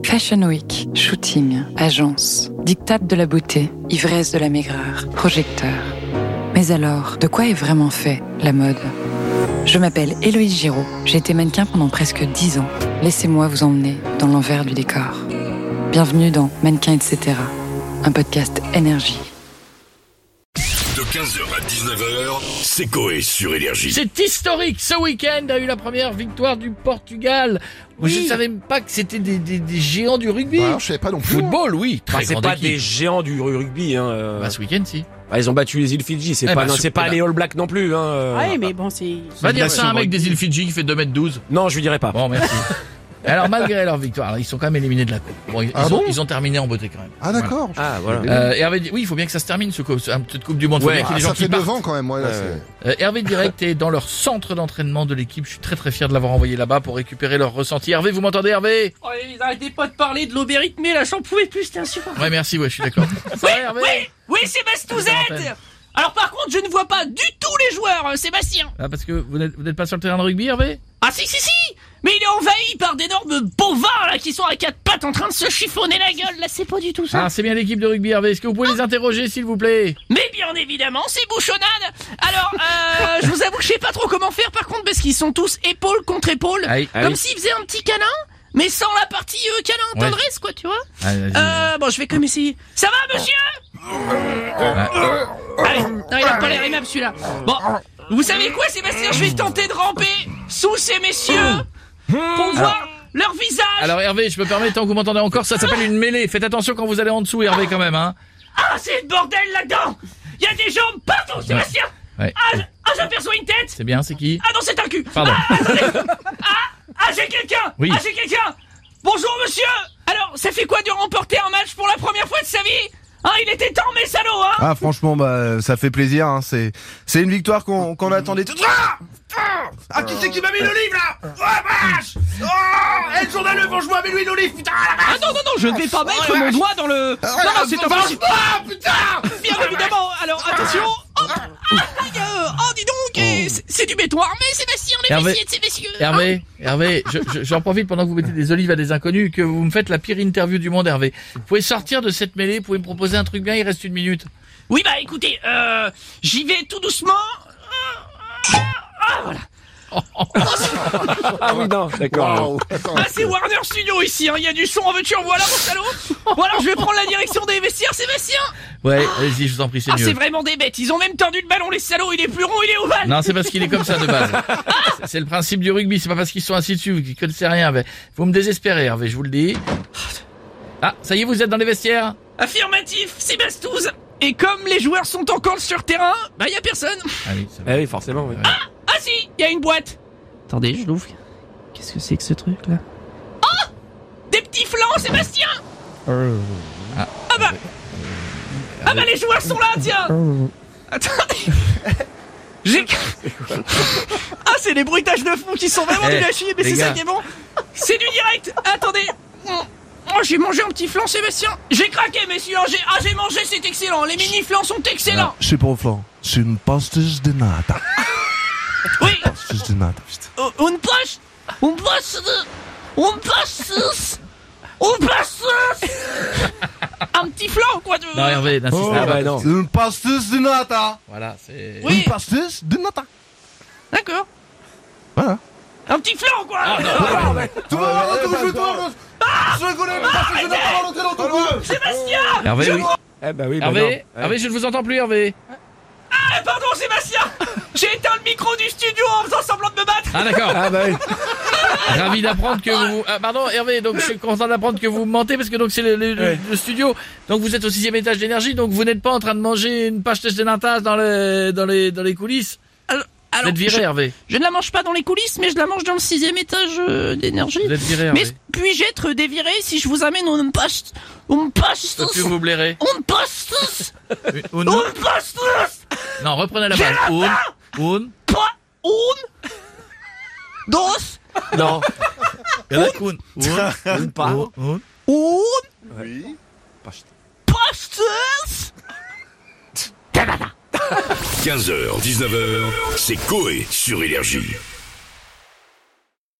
Fashion Week, shooting, agence, diktat de la beauté, ivresse de la maigreur, projecteur. Mais alors, de quoi est vraiment fait la mode ? Je m'appelle Héloïse Giraud, j'ai été mannequin pendant presque 10 ans. Laissez-moi vous emmener dans l'envers du décor. Bienvenue dans Mannequin etc., un podcast énergie. De 15h à 19h, c'est Coé sur Énergie. C'est historique, ce week-end a eu la première victoire du Portugal. Moi, je ne savais même pas que c'était des géants du rugby. Alors, je savais pas non plus. Football, oui, très c'est grande pas équipe. des géants du rugby, hein. Bah, ce week-end, si. Bah, ils ont battu les îles Fidji, c'est pas les All Blacks non plus, hein. Ouais, mais bon, c'est... Va dire ça à un mec des îles Fidji qui fait 2m12. Non, je lui dirai pas. Bon, merci. Alors, malgré leur victoire, ils sont quand même éliminés de la coupe. Bon, ils ont terminé en beauté quand même. Ah d'accord. Ah, voilà. Hervé, oui, il faut bien que ça se termine, cette coupe du monde. Faut Ouais. bien qu'il y ait des gens Ça qui fait partent. 9 ans quand même, moi. Là, Hervé Direct est dans leur centre d'entraînement de l'équipe. Je suis très très fier de l'avoir envoyé là-bas pour récupérer leur ressenti. Hervé, vous m'entendez, Hervé? Oh, ils arrêtaient pas de parler de l'aubérythmie, là, j'en pouvais plus, c'était insupportable. Ouais, merci, ouais, je suis d'accord. Ça va, Hervé? Oui, Sébastien. Alors par contre, je ne vois pas du tout les joueurs, Sébastien. Ah, parce que vous n'êtes pas sur le terrain de rugby, Hervé? Ah si, mais il est envahi par d'énormes bovins, là, qui sont à quatre pattes en train de se chiffonner la gueule, là, c'est pas du tout ça. Ah, c'est bien l'équipe de rugby, Hervé. Est-ce que vous pouvez les interroger, s'il vous plaît? Mais bien évidemment, c'est bouchonnade. Alors, je vous avoue que je sais pas trop comment faire, par contre, parce qu'ils sont tous épaule contre épaule, comme s'ils faisaient un petit câlin, mais sans la partie câlin, tendresse, quoi, tu vois. Bon, je vais quand même essayer. Ça va, monsieur? Allez, non, il a pas l'air aimable, celui-là. Bon, vous savez quoi, Sébastien? Je vais tenter de ramper sous ces messieurs pour voir leur visage. Alors, Hervé, je me permets, tant que vous m'entendez encore, ça s'appelle une mêlée. Faites attention quand vous allez en dessous, Hervé, quand même, hein. Ah, c'est le bordel là-dedans. Il y a des jambes partout, Sébastien. Ouais. J'aperçois une tête. C'est bien, c'est qui? Ah non, c'est un cul. Pardon. Attendez. J'ai quelqu'un. Oui. J'ai quelqu'un. Bonjour, monsieur. Alors, ça fait quoi de remporter un match pour la première fois de sa vie? Il était temps, mes salauds, hein. Ah, franchement, ça fait plaisir, hein. C'est une victoire qu'on attendait tout. Ah, qui c'est qui m'a mis l'olive, là? Oh, vache! Oh, le journaleux, venge-moi, mets-lui l'olive, putain, la vache! Ah non, je ne vais pas mettre mon doigt dans le... Non, c'est offensif. Putain! Bien évidemment. Alors, attention. Dis donc, c'est du béton armé, Sébastien, les messieurs de ces messieurs. Hervé, j'en profite pendant que vous mettez des olives à des inconnus, que vous me faites la pire interview du monde, Hervé. Vous pouvez sortir de cette mêlée, vous pouvez me proposer un truc bien, il reste 1 minute. Oui, bah écoutez, j'y vais tout doucement. Voilà. Ah oui, non, d'accord. Wow. C'est Warner Studio ici, hein. Il y a du son en veux-tu en voilà, mon salaud. Bon, alors je vais prendre la direction des vestiaires, Sébastien. Ouais, allez-y, je vous en prie, c'est mieux. C'est vraiment des bêtes. Ils ont même tordu le ballon, les salauds. Il est plus rond, il est ovale. Non, c'est parce qu'il est comme ça de base. C'est le principe du rugby, c'est pas parce qu'ils sont assis dessus, qu'ils connaissent rien. Mais vous me désespérez, Hervé, je vous le dis. Ah, ça y est, vous êtes dans les vestiaires? Affirmatif, Sébastouze. Et comme les joueurs sont encore sur le terrain, bah y a personne. Ah oui, c'est Ah oui, forcément, oui. Ah si, y a une boîte. Attendez, je l'ouvre. Qu'est-ce que c'est que ce truc là? Oh, des petits flancs, Sébastien. Ah bah les joueurs sont là, tiens. Attendez. C'est les bruitages de fond qui sont vraiment nuls à chier, mais c'est ça qui est bon. C'est du direct. Attendez. J'ai mangé un petit flan, Sébastien. J'ai craqué, messieurs. J'ai mangé, c'est excellent. Les mini-flans sont excellents. C'est pas au flan, c'est une pastis de nata. Oui. Pastis de nata, putain. Une pastis. Un petit flan, quoi. Non, Hervé, n'insiste pas. bah non. C'est une pastis de nata. Voilà, c'est... Oui. Une pastis de nata. D'accord. Voilà. Un petit flan, quoi. Tout le monde, je connais le pastis de nata dans l'hôtel autobus. Sébastien. Hervé, oui. Eh bah oui, Hervé, je ne vous entends plus, Hervé. Pardon, Sébastien. J'ai éteint le micro du studio en faisant semblant de me battre. Ah, d'accord. Ah bah oui. Ravi d'apprendre que vous... Ah, pardon, Hervé, donc je suis content d'apprendre que vous mentez, parce que donc c'est le studio. Donc vous êtes au 6e étage d'énergie, donc vous n'êtes pas en train de manger une pastis de nata dans les coulisses. Vous êtes viré, Hervé. Je ne la mange pas dans les coulisses, mais je la mange dans le 6e étage d'énergie. Vous êtes viré, Hervé. Mais puis-je être déviré si je vous amène une pastis? Peux plus vous blairer. Une pastis. Une pastis. Non, reprenez la base. Une. Dos. Non. Il y en a qu'une. Une pas. Une Oui. pastis. 15h, 19h, c'est Coé sur Énergie.